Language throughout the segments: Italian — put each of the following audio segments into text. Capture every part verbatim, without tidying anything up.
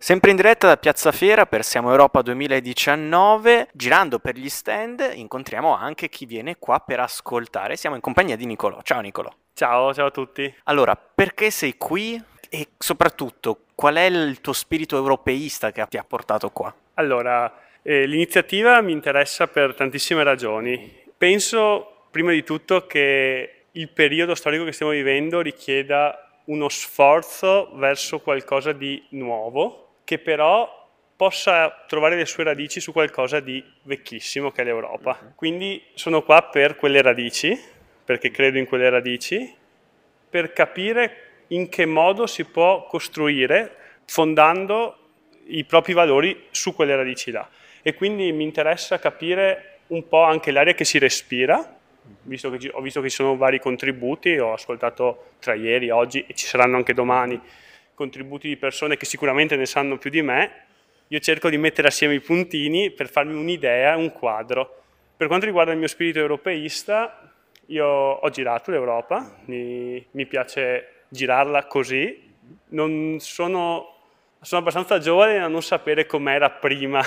Sempre in diretta da Piazza Fiera per Siamo Europa duemiladiciannove, girando per gli stand incontriamo anche chi viene qua per ascoltare. Siamo in compagnia di Nicolò. Ciao Nicolò. Ciao, ciao a tutti. Allora, perché sei qui e soprattutto qual è il tuo spirito europeista che ti ha portato qua? Allora, eh, l'iniziativa mi interessa per tantissime ragioni. Penso, prima di tutto, che il periodo storico che stiamo vivendo richieda uno sforzo verso qualcosa di nuovo, che però possa trovare le sue radici su qualcosa di vecchissimo che è l'Europa. Quindi sono qua per quelle radici, perché credo in quelle radici, per capire in che modo si può costruire fondando i propri valori su quelle radici là. E quindi mi interessa capire un po' anche l'aria che si respira, visto che ci- ho visto che ci sono vari contributi, ho ascoltato tra ieri, oggi e ci saranno anche domani contributi di persone che sicuramente ne sanno più di me. Io cerco di mettere assieme i puntini per farmi un'idea, un quadro. Per quanto riguarda il mio spirito europeista, io ho girato l'Europa, mi, mi piace girarla così. Non sono, sono abbastanza giovane da non sapere com'era prima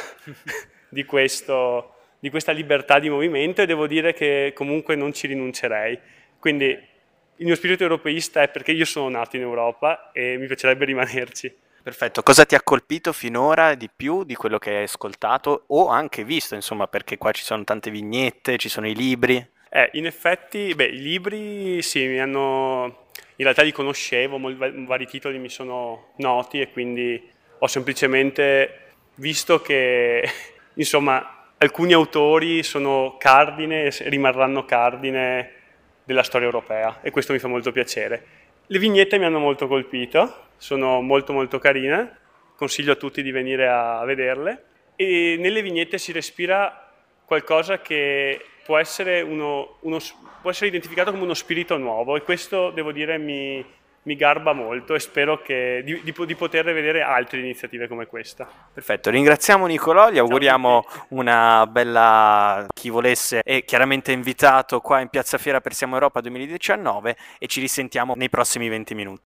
di questo, di questa libertà di movimento e devo dire che comunque non ci rinuncerei. Quindi il mio spirito europeista è perché io sono nato in Europa e mi piacerebbe rimanerci. Perfetto, cosa ti ha colpito finora di più di quello che hai ascoltato o anche visto, insomma, perché qua ci sono tante vignette, ci sono i libri. Eh, in effetti, beh, i libri sì, mi hanno, in realtà li conoscevo, mol- vari titoli mi sono noti e quindi ho semplicemente visto che, insomma, alcuni autori sono cardine e s- rimarranno cardine della storia europea e questo mi fa molto piacere. Le vignette mi hanno molto colpito, sono molto molto carine, consiglio a tutti di venire a vederle e nelle vignette si respira qualcosa che può essere, uno, uno s- può essere identificato come uno spirito nuovo e questo devo dire mi, mi garba molto e spero che, di, di po- di poter vedere altre iniziative come questa. Perfetto, ringraziamo Nicolò, gli Ciao a auguriamo tutti. una bella, chi volesse è chiaramente invitato qua in Piazza Fiera per Siamo Europa duemiladiciannove e ci risentiamo nei prossimi venti minuti.